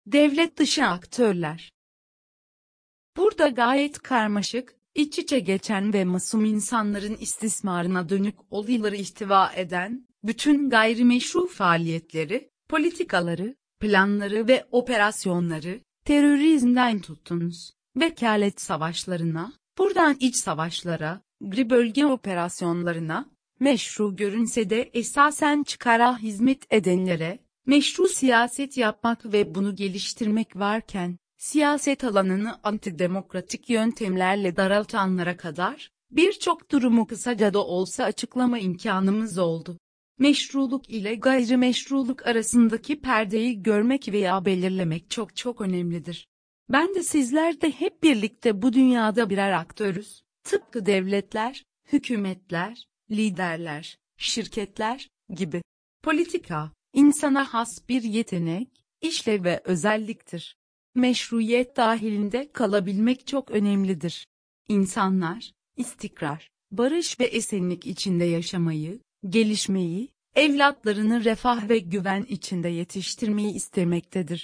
Devlet dışı aktörler. Burada gayet karmaşık, iç içe geçen ve masum insanların istismarına dönük olayları ihtiva eden, bütün gayrimeşru faaliyetleri, politikaları, planları ve operasyonları, terörizmden tutunuz, vekalet savaşlarına, buradan iç savaşlara, gri bölge operasyonlarına, meşru görünse de esasen çıkara hizmet edenlere, meşru siyaset yapmak ve bunu geliştirmek varken, siyaset alanını antidemokratik yöntemlerle daraltanlara kadar, birçok durumu kısaca da olsa açıklama imkanımız oldu. Meşruluk ile gayrimeşruluk arasındaki perdeyi görmek veya belirlemek çok önemlidir. Ben de sizler de hep birlikte bu dünyada birer aktörüz, tıpkı devletler, hükümetler, liderler, şirketler gibi. Politika, insana has bir yetenek, işlev ve özelliktir. Meşruiyet dahilinde kalabilmek çok önemlidir. İnsanlar, istikrar, barış ve esenlik içinde yaşamayı, gelişmeyi, evlatlarını refah ve güven içinde yetiştirmeyi istemektedir.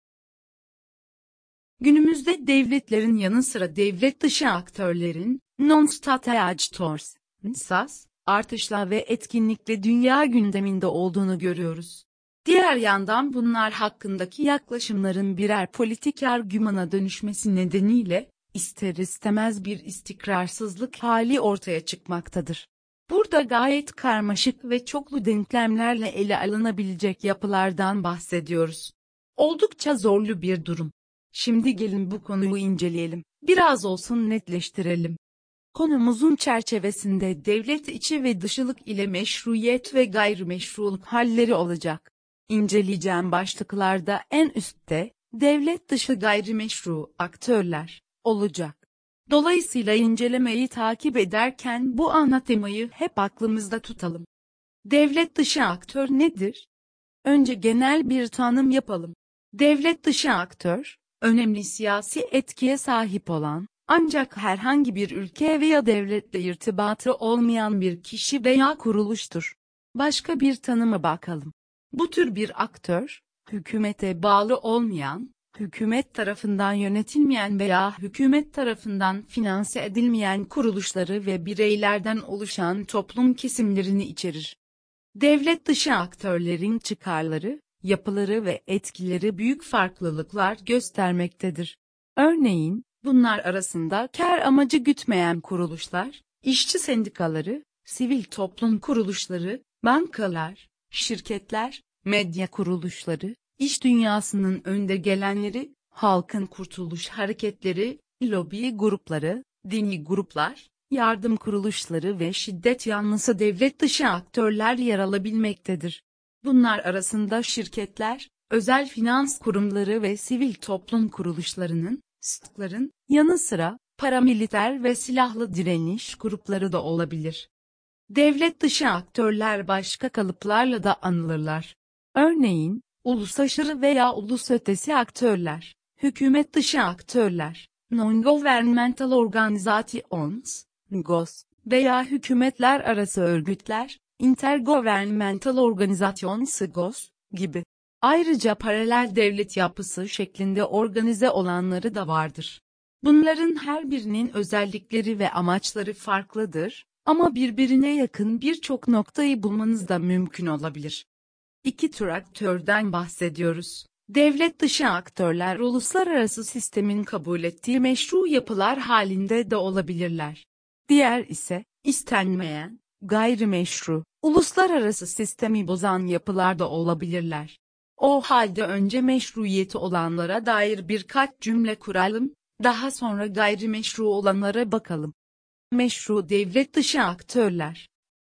Günümüzde devletlerin yanı sıra devlet dışı aktörlerin, non-state actors, NSAS, artışla ve etkinlikle dünya gündeminde olduğunu görüyoruz. Diğer yandan bunlar hakkındaki yaklaşımların birer politik argümana dönüşmesi nedeniyle, ister istemez bir istikrarsızlık hali ortaya çıkmaktadır. Burada gayet karmaşık ve çoklu denklemlerle ele alınabilecek yapılardan bahsediyoruz. Oldukça zorlu bir durum. Şimdi gelin bu konuyu inceleyelim, biraz olsun netleştirelim. Konumuzun çerçevesinde devlet içi ve dışılık ile meşruiyet ve gayrimeşruluk halleri olacak. İnceleyeceğim başlıklarda en üstte, devlet dışı gayrimeşru aktörler olacak. Dolayısıyla incelemeyi takip ederken bu ana temayı hep aklımızda tutalım. Devlet dışı aktör nedir? Önce genel bir tanım yapalım. Devlet dışı aktör, önemli siyasi etkiye sahip olan, ancak herhangi bir ülke veya devletle irtibatı olmayan bir kişi veya kuruluştur. Başka bir tanıma bakalım. Bu tür bir aktör, hükümete bağlı olmayan, hükümet tarafından yönetilmeyen veya hükümet tarafından finanse edilmeyen kuruluşları ve bireylerden oluşan toplum kesimlerini içerir. Devlet dışı aktörlerin çıkarları, yapıları ve etkileri büyük farklılıklar göstermektedir. Örneğin, bunlar arasında kar amacı gütmeyen kuruluşlar, işçi sendikaları, sivil toplum kuruluşları, bankalar, şirketler, medya kuruluşları, iş dünyasının önde gelenleri, halkın kurtuluş hareketleri, lobi grupları, dini gruplar, yardım kuruluşları ve şiddet yanlısı devlet dışı aktörler yer alabilmektedir. Bunlar arasında şirketler, özel finans kurumları ve sivil toplum kuruluşlarının, STK'ların yanı sıra paramiliter ve silahlı direniş grupları da olabilir. Devlet dışı aktörler başka kalıplarla da anılırlar. Örneğin, uluslaşarı veya ulusötesi aktörler, hükümet dışı aktörler, non-governmental organizations, NGOs veya hükümetler arası örgütler, intergovernmental organizations GOS gibi. Ayrıca paralel devlet yapısı şeklinde organize olanları da vardır. Bunların her birinin özellikleri ve amaçları farklıdır, ama birbirine yakın birçok noktayı bulmanız da mümkün olabilir. İki tür aktörden bahsediyoruz. Devlet dışı aktörler uluslararası sistemin kabul ettiği meşru yapılar halinde de olabilirler. Diğer ise, istenmeyen, gayrimeşru, uluslararası sistemi bozan yapılar da olabilirler. O halde önce meşruiyeti olanlara dair birkaç cümle kuralım, daha sonra gayrimeşru olanlara bakalım. Meşru devlet dışı aktörler.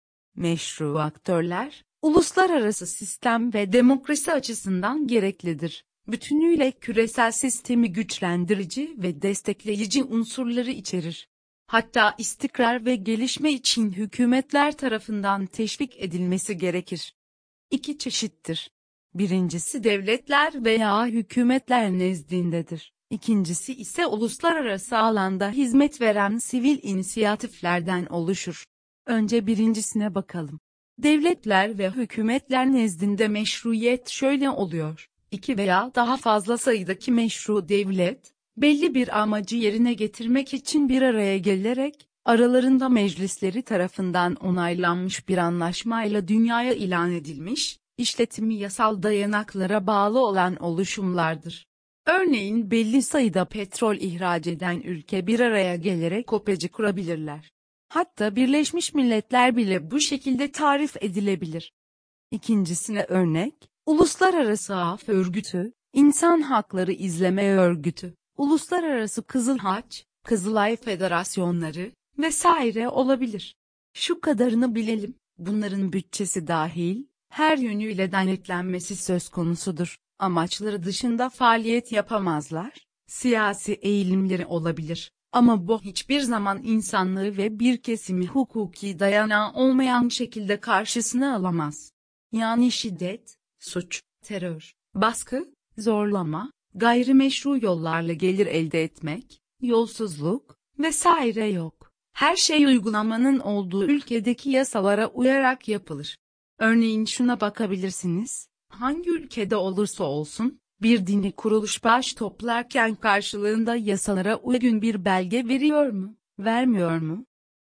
Meşru aktörler, uluslararası sistem ve demokrasi açısından gereklidir. Bütünüyle küresel sistemi güçlendirici ve destekleyici unsurları içerir. Hatta istikrar ve gelişme için hükümetler tarafından teşvik edilmesi gerekir. İki çeşittir. Birincisi devletler veya hükümetler nezdindedir. İkincisi ise uluslararası alanda hizmet veren sivil inisiyatiflerden oluşur. Önce birincisine bakalım. Devletler ve hükümetler nezdinde meşruiyet şöyle oluyor. İki veya daha fazla sayıdaki meşru devlet, belli bir amacı yerine getirmek için bir araya gelerek, aralarında meclisleri tarafından onaylanmış bir anlaşmayla dünyaya ilan edilmiş, işletimi yasal dayanaklara bağlı olan oluşumlardır. Örneğin belli sayıda petrol ihraç eden ülke bir araya gelerek OPEC'i kurabilirler. Hatta Birleşmiş Milletler bile bu şekilde tarif edilebilir. İkincisine örnek, Uluslararası Af Örgütü, İnsan Hakları İzleme Örgütü, Uluslararası Kızıl Haç, Kızılay Federasyonları vesaire olabilir. Şu kadarını bilelim, bunların bütçesi dahil, her yönüyle denetlenmesi söz konusudur. Amaçları dışında faaliyet yapamazlar, siyasi eğilimleri olabilir. Ama bu hiçbir zaman insanlığı ve bir kesimi hukuki dayanağı olmayan şekilde karşısına alamaz. Yani şiddet, suç, terör, baskı, zorlama, gayrimeşru yollarla gelir elde etmek, yolsuzluk vesaire yok. Her şey uygulamanın olduğu ülkedeki yasalara uyarak yapılır. Örneğin şuna bakabilirsiniz, hangi ülkede olursa olsun, bir dini kuruluş bağış toplarken karşılığında yasalara uygun bir belge veriyor mu, vermiyor mu?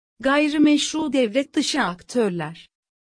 Gayrimeşru devlet dışı aktörler.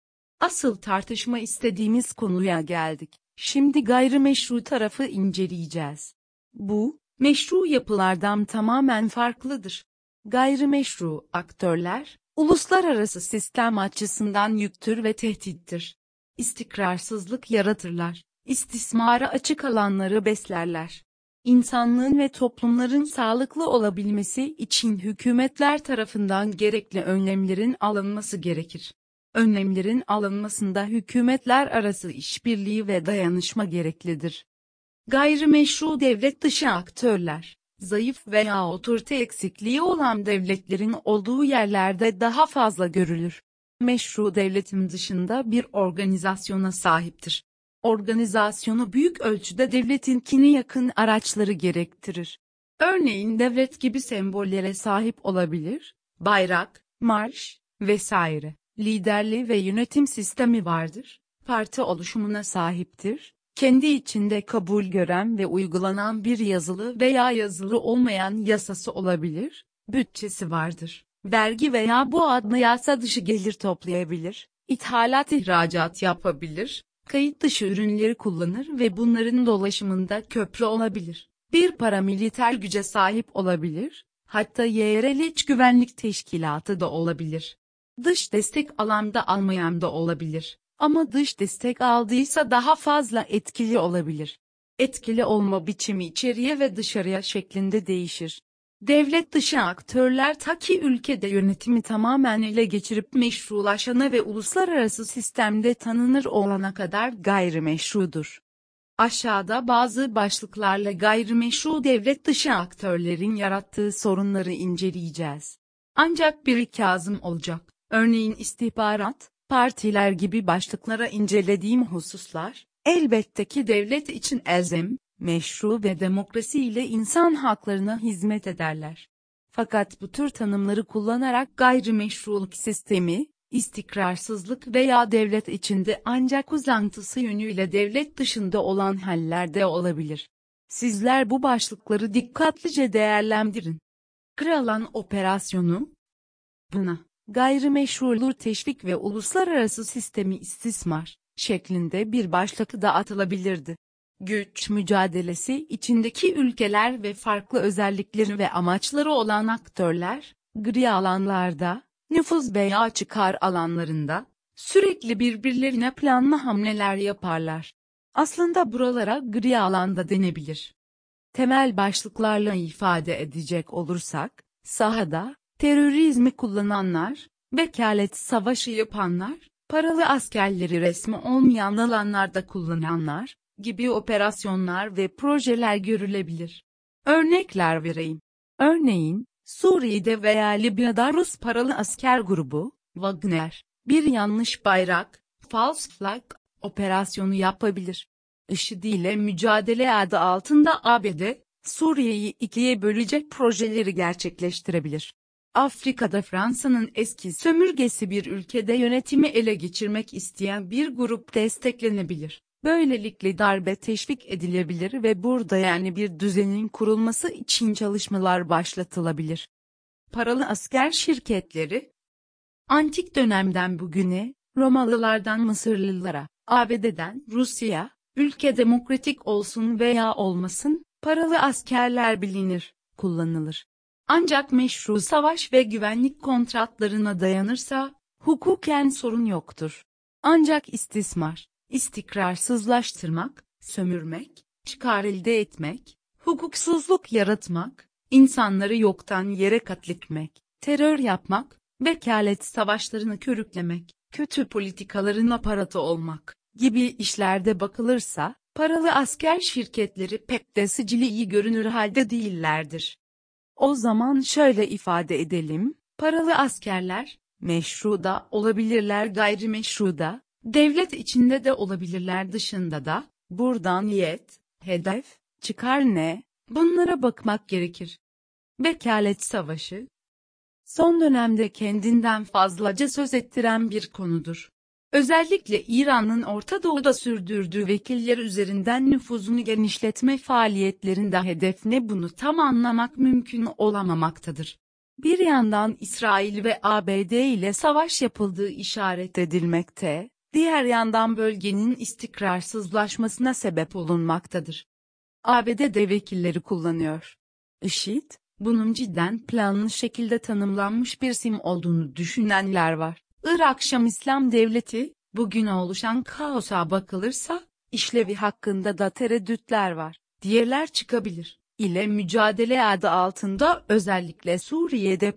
Asıl tartışma istediğimiz konuya geldik. Şimdi gayrimeşru tarafı inceleyeceğiz. Bu, meşru yapılardan tamamen farklıdır. Gayrimeşru aktörler, uluslararası sistem açısından yüktür ve tehdittir. İstikrarsızlık yaratırlar, istismara açık alanları beslerler. İnsanlığın ve toplumların sağlıklı olabilmesi için hükümetler tarafından gerekli önlemlerin alınması gerekir. Önlemlerin alınmasında hükümetler arası işbirliği ve dayanışma gereklidir. Gayrimeşru devlet dışı aktörler, zayıf veya otorite eksikliği olan devletlerin olduğu yerlerde daha fazla görülür. Meşru devletin dışında bir organizasyona sahiptir. Organizasyonu büyük ölçüde devletinkine yakın araçları gerektirir. Örneğin devlet gibi sembollere sahip olabilir, bayrak, marş vesaire. Liderliği ve yönetim sistemi vardır, parti oluşumuna sahiptir, kendi içinde kabul gören ve uygulanan bir yazılı veya yazılı olmayan yasası olabilir, bütçesi vardır, vergi veya bu adlı yasa dışı gelir toplayabilir, ithalat ihracat yapabilir, kayıt dışı ürünleri kullanır ve bunların dolaşımında köprü olabilir, bir paramiliter güce sahip olabilir, hatta yerel iç güvenlik teşkilatı da olabilir. Dış destek alan da almayan da olabilir. Ama dış destek aldıysa daha fazla etkili olabilir. Etkili olma biçimi içeriye ve dışarıya şeklinde değişir. Devlet dışı aktörler ta ki ülkede yönetimi tamamen ele geçirip meşrulaşana ve uluslararası sistemde tanınır olana kadar gayrimeşrudur. Aşağıda bazı başlıklarla gayrimeşru devlet dışı aktörlerin yarattığı sorunları inceleyeceğiz. Ancak bir ikazım olacak. Örneğin istihbarat, partiler gibi başlıklara incelediğim hususlar, elbette ki devlet için elzem, meşru ve demokrasi ile insan haklarına hizmet ederler. Fakat bu tür tanımları kullanarak gayrimeşruluk sistemi, istikrarsızlık veya devlet içinde ancak uzantısı yönüyle devlet dışında olan hallerde olabilir. Sizler bu başlıkları dikkatlice değerlendirin. Kralan operasyonu, buna gayrimeşruluğu teşvik ve uluslararası sistemi istismar şeklinde bir başlık da atılabilirdi. Güç mücadelesi içindeki ülkeler ve farklı özellikleri ve amaçları olan aktörler, gri alanlarda, nüfuz veya çıkar alanlarında, sürekli birbirlerine planlı hamleler yaparlar. Aslında buralara gri alanda denebilir. Temel başlıklarla ifade edecek olursak, sahada, terörizmi kullananlar, vekalet savaşı yapanlar, paralı askerleri resmi olmayan alanlarda kullananlar, gibi operasyonlar ve projeler görülebilir. Örnekler vereyim. Örneğin, Suriye'de veya Libya'da Rus paralı asker grubu, Wagner, bir yanlış bayrak, false flag, operasyonu yapabilir. IŞİD ile mücadele adı altında ABD, Suriye'yi ikiye bölecek projeleri gerçekleştirebilir. Afrika'da Fransa'nın eski sömürgesi bir ülkede yönetimi ele geçirmek isteyen bir grup desteklenebilir. Böylelikle darbe teşvik edilebilir ve burada yani bir düzenin kurulması için çalışmalar başlatılabilir. Paralı asker şirketleri, antik dönemden bugüne, Romalılardan Mısırlılara, ABD'den Rusya'ya, ülke demokratik olsun veya olmasın, paralı askerler bilinir, kullanılır. Ancak meşru savaş ve güvenlik kontratlarına dayanırsa, hukuken sorun yoktur. Ancak istismar, istikrarsızlaştırmak, sömürmek, çıkar elde etmek, hukuksuzluk yaratmak, insanları yoktan yere katletmek, terör yapmak, vekalet savaşlarını körüklemek, kötü politikaların aparatı olmak gibi işlerde bakılırsa, paralı asker şirketleri pek de sicili iyi görünür halde değillerdir. O zaman şöyle ifade edelim, paralı askerler, meşru da olabilirler gayrimeşru da, devlet içinde de olabilirler dışında da, buradan niyet, hedef, çıkar ne, bunlara bakmak gerekir. Vekalet savaşı, son dönemde kendinden fazlaca söz ettiren bir konudur. Özellikle İran'ın Orta Doğu'da sürdürdüğü vekiller üzerinden nüfuzunu genişletme faaliyetlerinde hedef ne bunu tam anlamak mümkün olamamaktadır. Bir yandan İsrail ve ABD ile savaş yapıldığı işaret edilmekte, diğer yandan bölgenin istikrarsızlaşmasına sebep olunmaktadır. ABD vekilleri kullanıyor. IŞİD, bunun cidden planlı şekilde tanımlanmış bir sim olduğunu düşünenler var. Irak Şam İslam Devleti, bugün oluşan kaosa bakılırsa, işlevi hakkında da tereddütler var. Diğerler çıkabilir. İle mücadele adı altında özellikle Suriye'de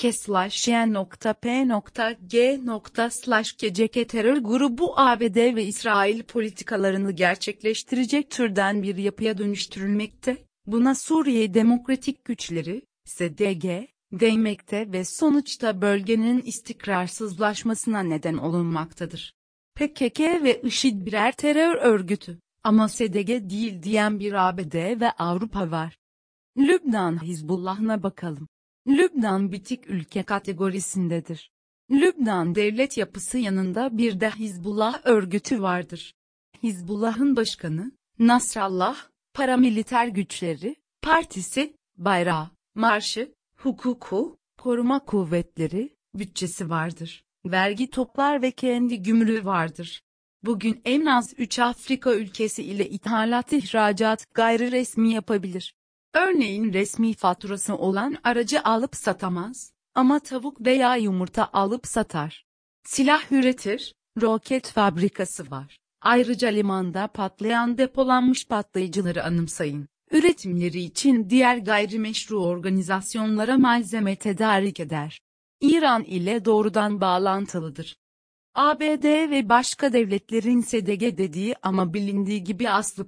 PKK/P.G./KCK terör grubu ABD ve İsrail politikalarını gerçekleştirecek türden bir yapıya dönüştürülmekte, buna Suriye Demokratik Güçleri, SDG, değmekte ve sonuçta bölgenin istikrarsızlaşmasına neden olunmaktadır. PKK ve IŞİD birer terör örgütü, ama SDG değil diyen bir ABD ve Avrupa var. Lübnan Hizbullah'ına bakalım. Lübnan bitik ülke kategorisindedir. Lübnan devlet yapısı yanında bir de Hizbullah örgütü vardır. Hizbullah'ın başkanı, Nasrallah, paramiliter güçleri, partisi, bayrağı, marşı, hukuku, koruma kuvvetleri, bütçesi vardır. Vergi toplar ve kendi gümrüğü vardır. Bugün en az 3 Afrika ülkesi ile ithalat-ihracat gayri resmi yapabilir. Örneğin resmi faturası olan aracı alıp satamaz, ama tavuk veya yumurta alıp satar. Silah üretir, roket fabrikası var. Ayrıca limanda patlayan depolanmış patlayıcıları anımsayın. Üretimleri için diğer gayrimeşru organizasyonlara malzeme tedarik eder. İran ile doğrudan bağlantılıdır. ABD ve başka devletlerin SDG dediği ama bilindiği gibi aslı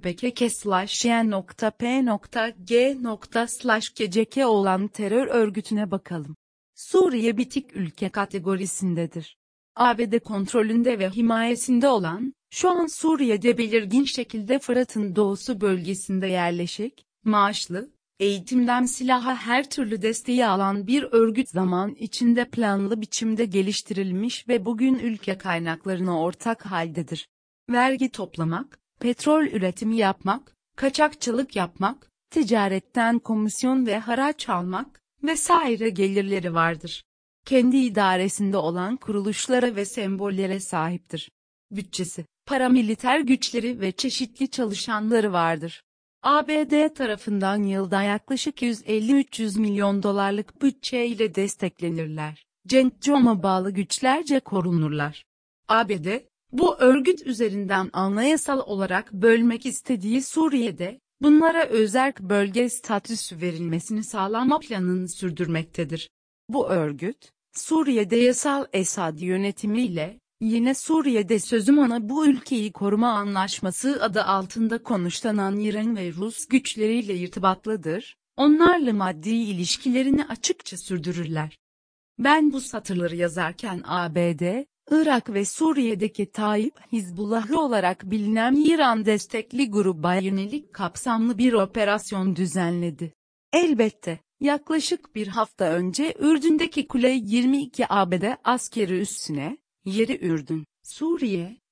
PKK/P.G./KCK olan terör örgütüne bakalım. Suriye bitik ülke kategorisindedir. ABD kontrolünde ve himayesinde olan, şu an Suriye'de belirgin şekilde Fırat'ın doğusu bölgesinde yerleşik, maaşlı, eğitimden silaha her türlü desteği alan bir örgüt zaman içinde planlı biçimde geliştirilmiş ve bugün ülke kaynaklarına ortak haldedir. Vergi toplamak, petrol üretimi yapmak, kaçakçılık yapmak, ticaretten komisyon ve haraç almak vesaire gelirleri vardır. Kendi idaresinde olan kuruluşlara ve sembollere sahiptir. Bütçesi, paramiliter güçleri ve çeşitli çalışanları vardır. ABD tarafından yılda yaklaşık 150-300 milyon dolarlık bütçe ile desteklenirler. CENTCOM'a bağlı güçlerce korunurlar. ABD, bu örgüt üzerinden anayasal olarak bölmek istediği Suriye'de, bunlara özerk bölge statüsü verilmesini sağlama planını sürdürmektedir. Bu örgüt, Suriye'de yasal Esad yönetimiyle, yine Suriye'de sözüm ona bu ülkeyi koruma anlaşması adı altında konuşlanan İran ve Rus güçleriyle irtibatlıdır, onlarla maddi ilişkilerini açıkça sürdürürler. Ben bu satırları yazarken ABD, Irak ve Suriye'deki Tayyip Hizbullah'ı olarak bilinen İran destekli gruba yönelik kapsamlı bir operasyon düzenledi. Elbette, yaklaşık bir hafta önce Ürdün'deki Kule 22 ABD askeri üssüne, yeri Ürdün, Suriye,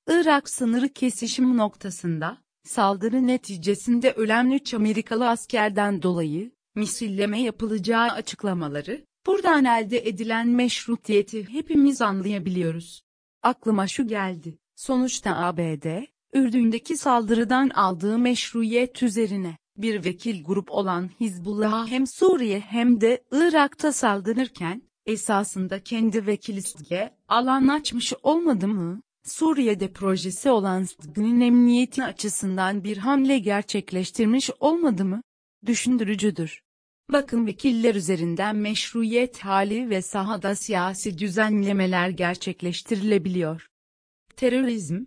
Irak sınırı kesişim noktasında, saldırı neticesinde ölen 3 Amerikalı askerden dolayı, misilleme yapılacağı açıklamaları, buradan elde edilen meşrutiyeti hepimiz anlayabiliyoruz. Aklıma şu geldi, sonuçta ABD, Ürdün'deki saldırıdan aldığı meşruiyet üzerine, bir vekil grup olan Hizbullah'a hem Suriye hem de Irak'ta saldırırken, esasında kendi vekilistliğe alan açmış olmadı mı? Suriye'de projesi olan SDG'nin emniyeti açısından bir hamle gerçekleştirmiş olmadı mı? Düşündürücüdür. Bakın vekiller üzerinden meşruiyet hali ve sahada siyasi düzenlemeler gerçekleştirilebiliyor. Terörizm.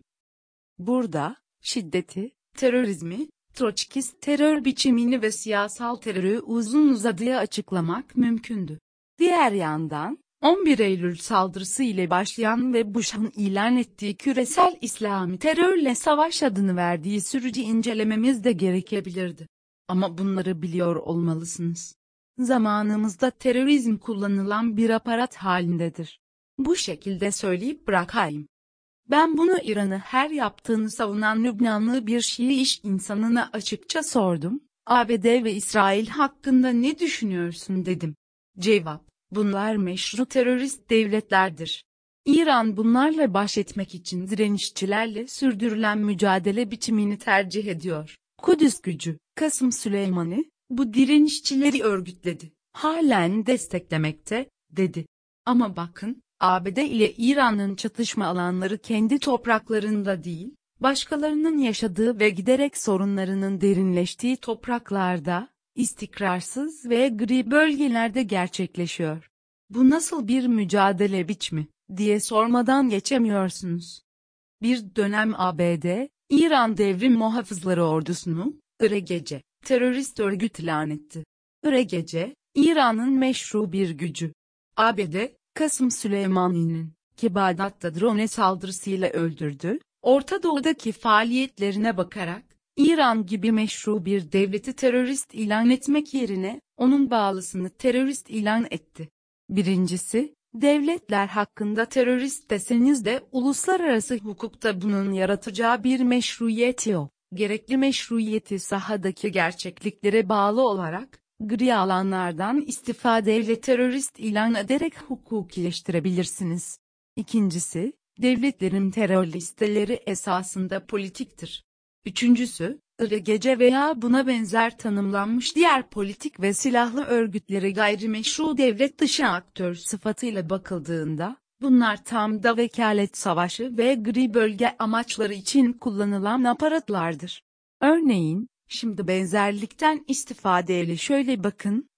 Burada, şiddeti, terörizmi, Troçkist terör biçimini ve siyasal terörü uzun uzadıya açıklamak mümkündü. Diğer yandan, 11 Eylül saldırısı ile başlayan ve Bush'un ilan ettiği küresel İslami terörle savaş adını verdiği süreci incelememiz de gerekebilirdi. Ama bunları biliyor olmalısınız. Zamanımızda terörizm kullanılan bir aparat halindedir. Bu şekilde söyleyip bırakayım. Ben bunu İran'ı her yaptığını savunan Lübnanlı bir Şii iş insanına açıkça sordum. ABD ve İsrail hakkında ne düşünüyorsun dedim. Cevap, bunlar meşru terörist devletlerdir. İran bunlarla baş etmek için direnişçilerle sürdürülen mücadele biçimini tercih ediyor. Kudüs gücü, Kasım Süleyman'ı, bu direnişçileri örgütledi. Halen desteklemekte, dedi. Ama bakın, ABD ile İran'ın çatışma alanları kendi topraklarında değil, başkalarının yaşadığı ve giderek sorunlarının derinleştiği topraklarda, istikrarsız ve gri bölgelerde gerçekleşiyor. Bu nasıl bir mücadele biçimi, diye sormadan geçemiyorsunuz. Bir dönem ABD, İran Devrim Muhafızları Ordusu'nu, IRGC, terörist örgüt ilan etti. IRGC, İran'ın meşru bir gücü. ABD, Kasım Süleyman'ın, ki Bağdat'ta drone saldırısıyla öldürdü, Orta Doğu'daki faaliyetlerine bakarak, İran gibi meşru bir devleti terörist ilan etmek yerine, onun bağlısını terörist ilan etti. Birincisi, devletler hakkında terörist deseniz de uluslararası hukukta bunun yaratacağı bir meşruiyet yok. Gerekli meşruiyeti sahadaki gerçekliklere bağlı olarak, gri alanlardan istifadeyle terörist ilan ederek hukukileştirebilirsiniz. İkincisi, devletlerin terör listeleri esasında politiktir. Üçüncüsü, IRGC veya buna benzer tanımlanmış diğer politik ve silahlı örgütleri gayrimeşru devlet dışı aktör sıfatıyla bakıldığında, bunlar tam da vekalet savaşı ve gri bölge amaçları için kullanılan aparatlardır. Örneğin, şimdi benzerlikten istifadeyle şöyle bakın,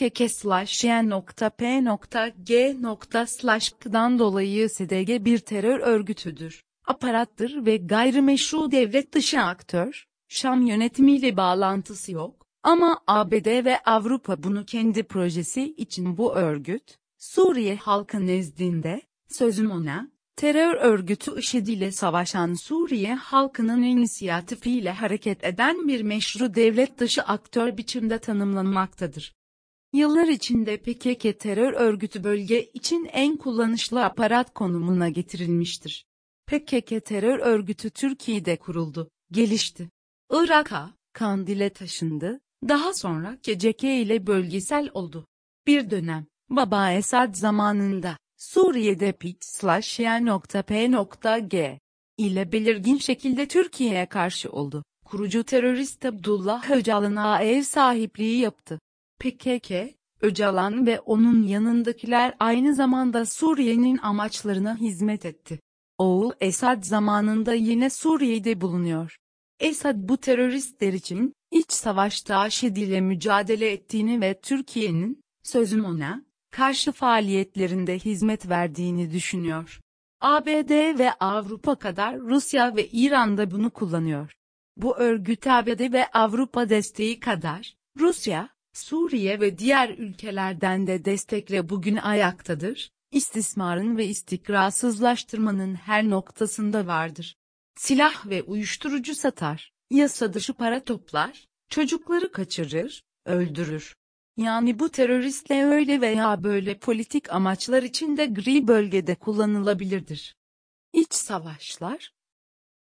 PKK/Y.P.G./K'dan dolayı SDG bir terör örgütüdür, aparattır ve gayrimeşru devlet dışı aktör, Şam yönetimiyle bağlantısı yok, ama ABD ve Avrupa bunu kendi projesi için bu örgüt, Suriye halkı nezdinde, sözüm ona, terör örgütü IŞİD ile savaşan Suriye halkının inisiyatifiyle hareket eden bir meşru devlet dışı aktör biçimde tanımlanmaktadır. Yıllar içinde PKK terör örgütü bölge için en kullanışlı aparat konumuna getirilmiştir. PKK terör örgütü Türkiye'de kuruldu, gelişti. Irak'a, Kandil'e taşındı, daha sonra KCK ile bölgesel oldu. Bir dönem, Baba Esad zamanında, Suriye'de PKK/Y.P.G. ile belirgin şekilde Türkiye'ye karşı oldu. Kurucu terörist Abdullah Öcalan'a ev sahipliği yaptı. PKK, Öcalan ve onun yanındakiler aynı zamanda Suriye'nin amaçlarına hizmet etti. Oğul Esad zamanında yine Suriye'de bulunuyor. Esad bu teröristler için, iç savaşta IŞİD ile mücadele ettiğini ve Türkiye'nin, sözüm ona, karşı faaliyetlerinde hizmet verdiğini düşünüyor. ABD ve Avrupa kadar Rusya ve İran da bunu kullanıyor. Bu örgüt ABD ve Avrupa desteği kadar, Rusya, Suriye ve diğer ülkelerden de destekle bugün ayaktadır, istismarın ve istikrarsızlaştırmanın her noktasında vardır. Silah ve uyuşturucu satar, yasa dışı para toplar, çocukları kaçırır, öldürür. Yani bu teröristle öyle veya böyle politik amaçlar için de gri bölgede kullanılabilirdir. İç savaşlar,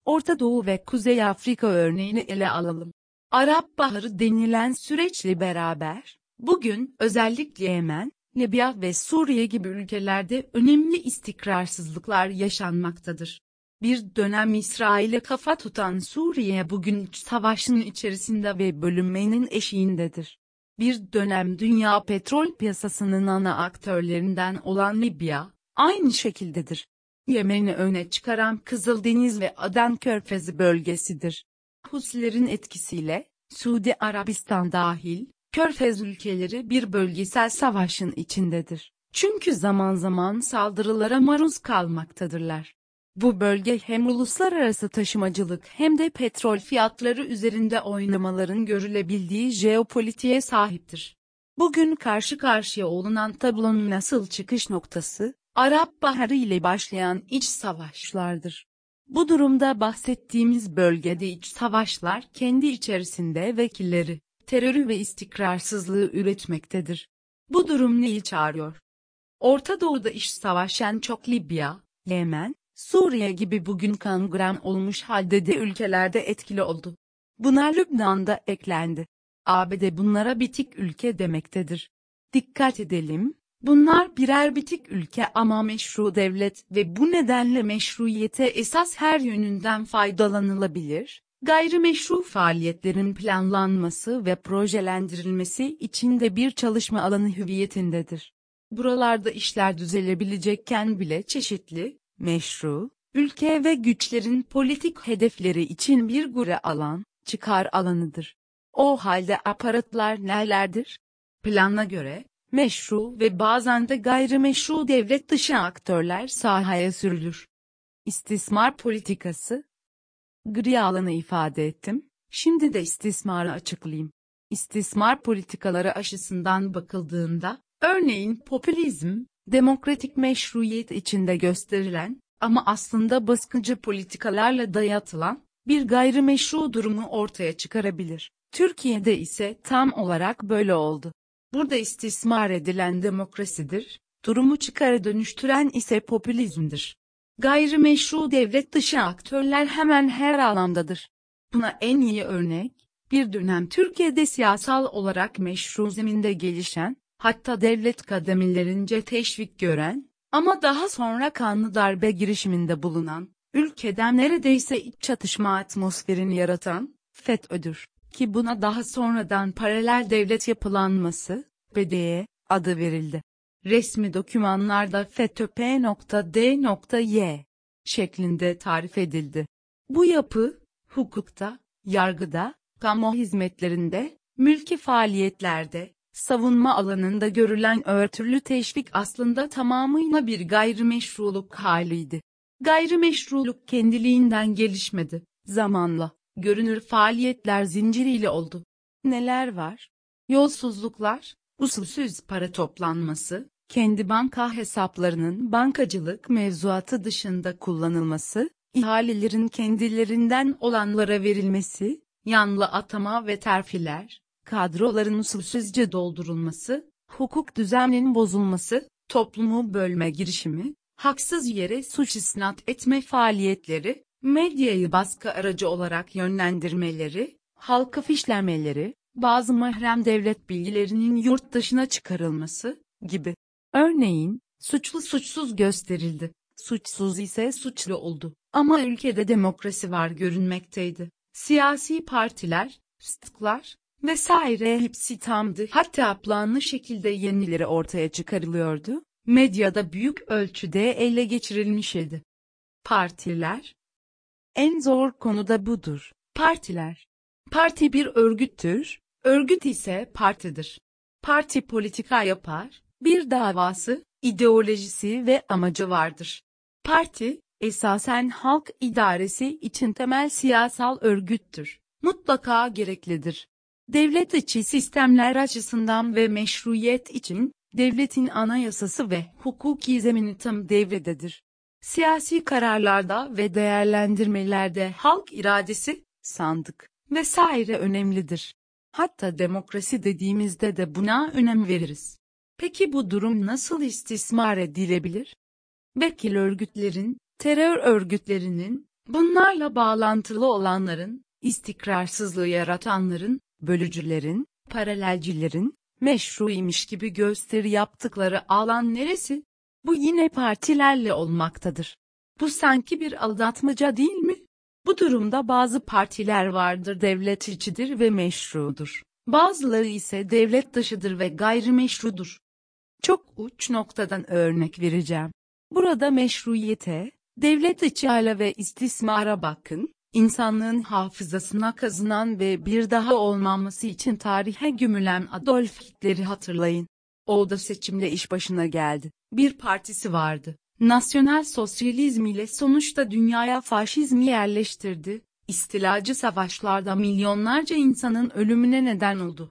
Orta Doğu ve Kuzey Afrika örneğini ele alalım. Arap Baharı denilen süreçle beraber, bugün özellikle Yemen, Libya ve Suriye gibi ülkelerde önemli istikrarsızlıklar yaşanmaktadır. Bir dönem İsrail'e kafa tutan Suriye bugün iç savaşın içerisinde ve bölünmenin eşiğindedir. Bir dönem dünya petrol piyasasının ana aktörlerinden olan Libya, aynı şekildedir. Yemen'i öne çıkaran Kızıldeniz ve Aden Körfezi bölgesidir. Husilerin etkisiyle, Suudi Arabistan dahil, Körfez ülkeleri bir bölgesel savaşın içindedir. Çünkü zaman zaman saldırılara maruz kalmaktadırlar. Bu bölge hem uluslararası taşımacılık hem de petrol fiyatları üzerinde oynamaların görülebildiği jeopolitiğe sahiptir. Bugün karşı karşıya olunan tablonun asıl çıkış noktası, Arap Baharı ile başlayan iç savaşlardır. Bu durumda bahsettiğimiz bölgede iç savaşlar kendi içerisinde vekilleri, terörü ve istikrarsızlığı üretmektedir. Bu durum neyi çağırıyor? Orta Doğu'da iç savaş en çok Libya, Yemen, Suriye gibi bugün kangren olmuş halde de ülkelerde etkili oldu. Buna Lübnan'da eklendi. ABD bunlara bitik ülke demektedir. Dikkat edelim, bunlar birer bitik ülke ama meşru devlet ve bu nedenle meşruiyete esas her yönünden faydalanılabilir, gayrimeşru faaliyetlerin planlanması ve projelendirilmesi için de bir çalışma alanı hüviyetindedir. Buralarda işler düzelebilecekken bile çeşitli, meşru, ülke ve güçlerin politik hedefleri için bir gure alan, çıkar alanıdır. O halde aparatlar nelerdir? Plana göre, meşru ve bazen de gayrimeşru devlet dışı aktörler sahaya sürülür. İstismar politikası. Gri alanı ifade ettim, şimdi de istismarı açıklayayım. İstismar politikaları açısından bakıldığında, örneğin popülizm, demokratik meşruiyet içinde gösterilen, ama aslında baskıcı politikalarla dayatılan, bir gayrimeşru durumu ortaya çıkarabilir. Türkiye'de ise tam olarak böyle oldu. Burada istismar edilen demokrasidir, durumu çıkara dönüştüren ise popülizmdir. Gayrimeşru devlet dışı aktörler hemen her alandadır. Buna en iyi örnek, bir dönem Türkiye'de siyasal olarak meşru zeminde gelişen, hatta devlet kademelerince teşvik gören, ama daha sonra kanlı darbe girişiminde bulunan, ülkeden neredeyse iç çatışma atmosferini yaratan, FETÖ'dür, ki buna daha sonradan paralel devlet yapılanması, PDY, adı verildi. Resmi dokümanlarda FETÖ-P.D.Y şeklinde tarif edildi. Bu yapı, hukukta, yargıda, kamu hizmetlerinde, mülki faaliyetlerde, savunma alanında görülen örtülü teşvik aslında tamamıyla bir gayrimeşruluk haliydi. Gayrimeşruluk kendiliğinden gelişmedi, zamanla, görünür faaliyetler zinciriyle oldu. Neler var? Yolsuzluklar, usulsüz para toplanması, kendi banka hesaplarının bankacılık mevzuatı dışında kullanılması, ihalelerin kendilerinden olanlara verilmesi, yanlı atama ve terfiler, kadroların usulsüzce doldurulması, hukuk düzeninin bozulması, toplumu bölme girişimi, haksız yere suç isnat etme faaliyetleri, medyayı baskı aracı olarak yönlendirmeleri, halkı fişlemeleri, bazı mahrem devlet bilgilerinin yurt dışına çıkarılması gibi. Örneğin, suçlu suçsuz gösterildi, suçsuz ise suçlu oldu. Ama ülkede demokrasi var görünmekteydi. Siyasi partiler, STK'lar vesaire hepsi tamdı. Hatta planlı şekilde yenileri ortaya çıkarılıyordu. Medyada büyük ölçüde ele geçirilmiş idi. Partiler. En zor konu da budur. Partiler. Parti bir örgüttür, örgüt ise partidir. Parti politika yapar, bir davası, ideolojisi ve amacı vardır. Parti, esasen halk idaresi için temel siyasal örgüttür. Mutlaka gereklidir. Devlet içi sistemler açısından ve meşruiyet için, devletin anayasası ve hukuki zemini tam devrededir. Siyasi kararlarda ve değerlendirmelerde halk iradesi, sandık vesaire önemlidir. Hatta demokrasi dediğimizde de buna önem veririz. Peki bu durum nasıl istismar edilebilir? Vekil örgütlerin, terör örgütlerinin, Bunlarla bağlantılı olanların, istikrarsızlığı yaratanların, bölücülerin, paralelcilerin, meşruiymiş gibi gösteri yaptıkları alan neresi? Bu yine partilerle olmaktadır. Bu sanki bir aldatmaca değil mi? Bu durumda bazı partiler vardır devlet içidir ve meşrudur. Bazıları ise devlet dışıdır ve gayrimeşrudur. Çok uç noktadan örnek vereceğim. Burada meşruiyete, devlet içi hala ve istismara bakın, insanlığın hafızasına kazınan ve bir daha olmaması için tarihe gömülen Adolf Hitler'i hatırlayın. O da seçimle iş başına geldi. Bir partisi vardı. Nasyonal sosyalizm ile sonuçta dünyaya faşizmi yerleştirdi. İstilacı savaşlarda milyonlarca insanın ölümüne neden oldu.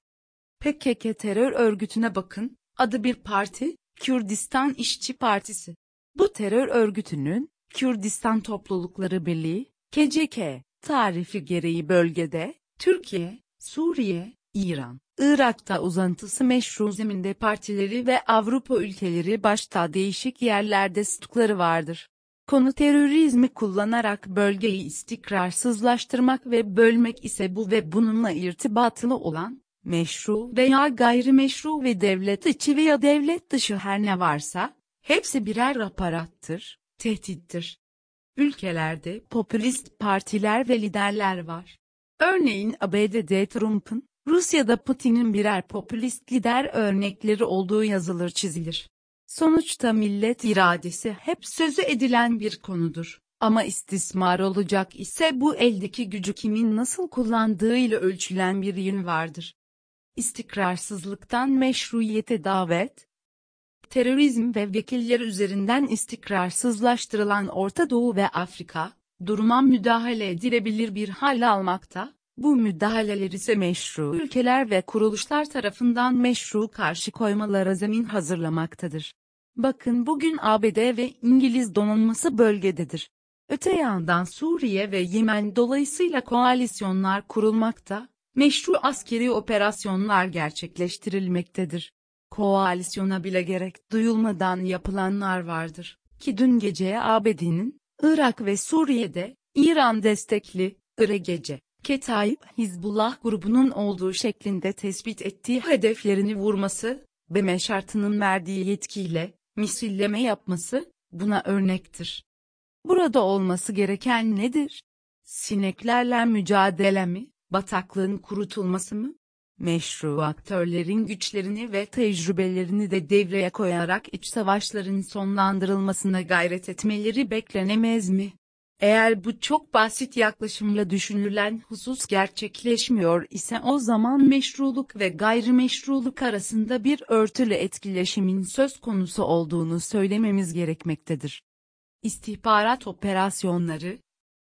PKK terör örgütüne bakın, adı bir parti, Kürdistan İşçi Partisi. Bu terör örgütünün, Kürdistan Toplulukları Birliği, KCK, tarifi gereği bölgede, Türkiye, Suriye, İran, Irak'ta uzantısı meşru zeminde partileri ve Avrupa ülkeleri başta değişik yerlerde stukları vardır. Konu terörizmi kullanarak bölgeyi istikrarsızlaştırmak ve bölmek ise bu ve bununla irtibatılı olan, meşru veya gayrimeşru ve devlet içi veya devlet dışı her ne varsa, hepsi birer aparattır, tehdittir. Ülkelerde popülist partiler ve liderler var. Örneğin ABD'de Trump'ın, Rusya'da Putin'in birer popülist lider örnekleri olduğu yazılır çizilir. Sonuçta millet iradesi hep sözü edilen bir konudur. Ama istismar olacak ise bu eldeki gücü kimin nasıl kullandığıyla ölçülen bir yön vardır. İstikrarsızlıktan meşruiyete davet, terörizm ve vekiller üzerinden istikrarsızlaştırılan Orta Doğu ve Afrika, duruma müdahale edilebilir bir hal almakta, bu müdahaleler ise meşru ülkeler ve kuruluşlar tarafından meşru karşı koymalara zemin hazırlamaktadır. Bakın bugün ABD ve İngiliz donanması bölgededir. Öte yandan Suriye ve Yemen dolayısıyla koalisyonlar kurulmakta, meşru askeri operasyonlar gerçekleştirilmektedir. Koalisyona bile gerek duyulmadan yapılanlar vardır, ki dün gece ABD'nin, Irak ve Suriye'de, İran destekli, IRGC, Ketaib Hizbullah grubunun olduğu şeklinde tespit ettiği hedeflerini vurması, BM şartının verdiği yetkiyle, misilleme yapması, buna örnektir. Burada olması gereken nedir? Sineklerle mücadele mi, bataklığın kurutulması mı? Meşru aktörlerin güçlerini ve tecrübelerini de devreye koyarak iç savaşların sonlandırılmasına gayret etmeleri beklenemez mi? Eğer bu çok basit yaklaşımla düşünülen husus gerçekleşmiyor ise o zaman meşruluk ve gayrimeşruluk arasında bir örtülü etkileşimin söz konusu olduğunu söylememiz gerekmektedir. İstihbarat operasyonları,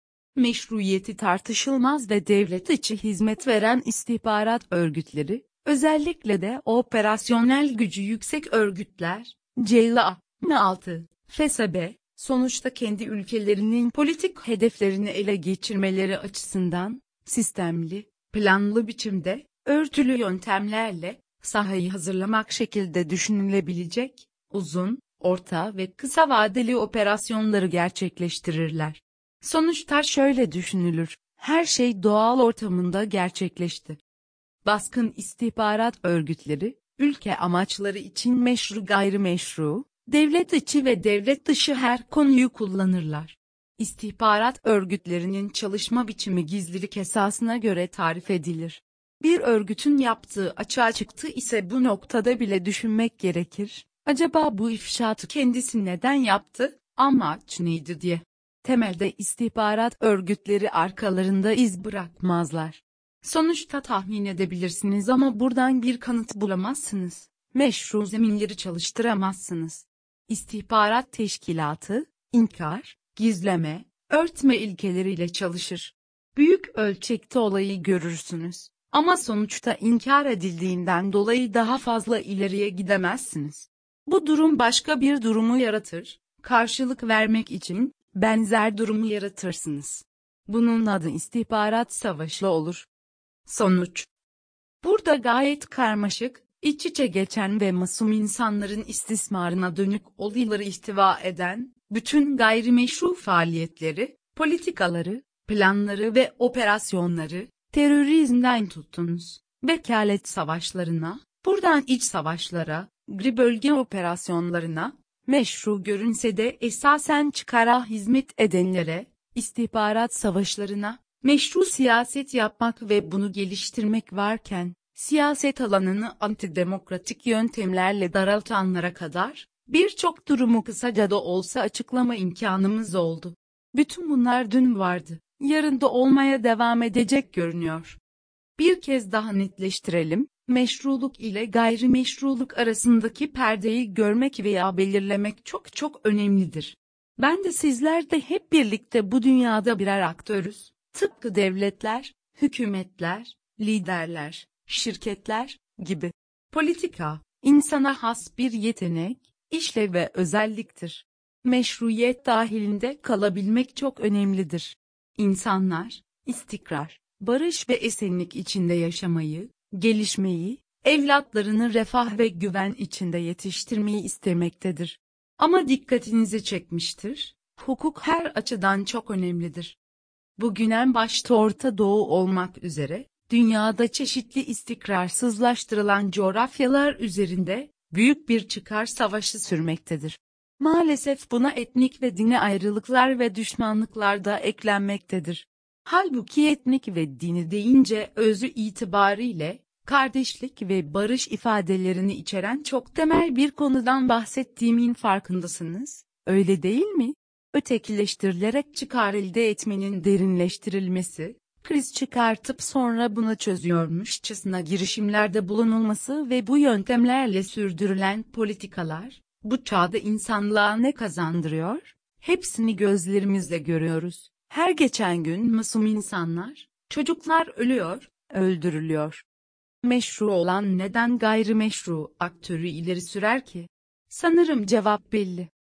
meşruiyeti tartışılmaz ve devlet içi hizmet veren istihbarat örgütleri, özellikle de operasyonel gücü yüksek örgütler, CIA, M6, FSB, sonuçta kendi ülkelerinin politik hedeflerini ele geçirmeleri açısından, sistemli, planlı biçimde, örtülü yöntemlerle, sahayı hazırlamak şekilde düşünülebilecek, uzun, orta ve kısa vadeli operasyonları gerçekleştirirler. Sonuçta şöyle düşünülür, her şey doğal ortamında gerçekleşti. Baskın istihbarat örgütleri, ülke amaçları için meşru gayrimeşru, devlet içi ve devlet dışı her konuyu kullanırlar. İstihbarat örgütlerinin çalışma biçimi gizlilik esasına göre tarif edilir. Bir örgütün yaptığı açığa çıktı ise bu noktada bile düşünmek gerekir, acaba bu ifşaatı kendisi neden yaptı, amaç neydi diye. Temelde istihbarat örgütleri arkalarında iz bırakmazlar. Sonuçta tahmin edebilirsiniz ama buradan bir kanıt bulamazsınız. Meşru zeminleri çalıştıramazsınız. İstihbarat teşkilatı, inkar, gizleme, örtme ilkeleriyle çalışır. Büyük ölçekte olayı görürsünüz. Ama sonuçta inkar edildiğinden dolayı daha fazla ileriye gidemezsiniz. Bu durum başka bir durumu yaratır. Karşılık vermek için benzer durumu yaratırsınız. Bunun adı istihbarat savaşı olur. Sonuç. Burada gayet karmaşık, iç içe geçen ve masum insanların istismarına dönük olayları ihtiva eden, bütün gayrimeşru faaliyetleri, Politikaları, planları ve operasyonları, terörizmden tuttunuz, vekalet savaşlarına, buradan iç savaşlara, gri bölge operasyonlarına, meşru görünse de esasen çıkara hizmet edenlere, istihbarat savaşlarına, meşru siyaset yapmak ve bunu geliştirmek varken, siyaset alanını antidemokratik yöntemlerle daraltanlara kadar, birçok durumu kısaca da olsa açıklama imkanımız oldu. Bütün bunlar dün vardı, yarın da olmaya devam edecek görünüyor. Bir kez daha netleştirelim, meşruluk ile gayrimeşruluk arasındaki perdeyi görmek veya belirlemek çok çok önemlidir. Ben de sizler de hep birlikte bu dünyada birer aktörüz, tıpkı devletler, hükümetler, liderler, şirketler gibi. Politika, insana has bir yetenek, işlev ve özelliktir. Meşruiyet dahilinde kalabilmek çok önemlidir. İnsanlar, istikrar, barış ve esenlik içinde yaşamayı, gelişmeyi, evlatlarını refah ve güven içinde yetiştirmeyi istemektedir. Ama dikkatinizi çekmiştir, hukuk her açıdan çok önemlidir. Bugün en başta Orta Doğu olmak üzere, dünyada çeşitli istikrarsızlaştırılan coğrafyalar üzerinde, büyük bir çıkar savaşı sürmektedir. Maalesef buna etnik ve dini ayrılıklar ve düşmanlıklar da eklenmektedir. Halbuki etnik ve dini deyince özü itibariyle, kardeşlik ve barış ifadelerini içeren çok temel bir konudan bahsettiğimin farkındasınız, öyle değil mi? Ötekileştirilerek çıkar elde etmenin derinleştirilmesi, kriz çıkartıp sonra bunu çözüyormuşçasına girişimlerde bulunulması ve bu yöntemlerle sürdürülen politikalar, bu çağda insanlığa ne kazandırıyor? Hepsini gözlerimizle görüyoruz. Her geçen gün masum insanlar, çocuklar ölüyor, öldürülüyor. Meşru olan neden gayrimeşru aktörü ileri sürer ki? Sanırım cevap belli.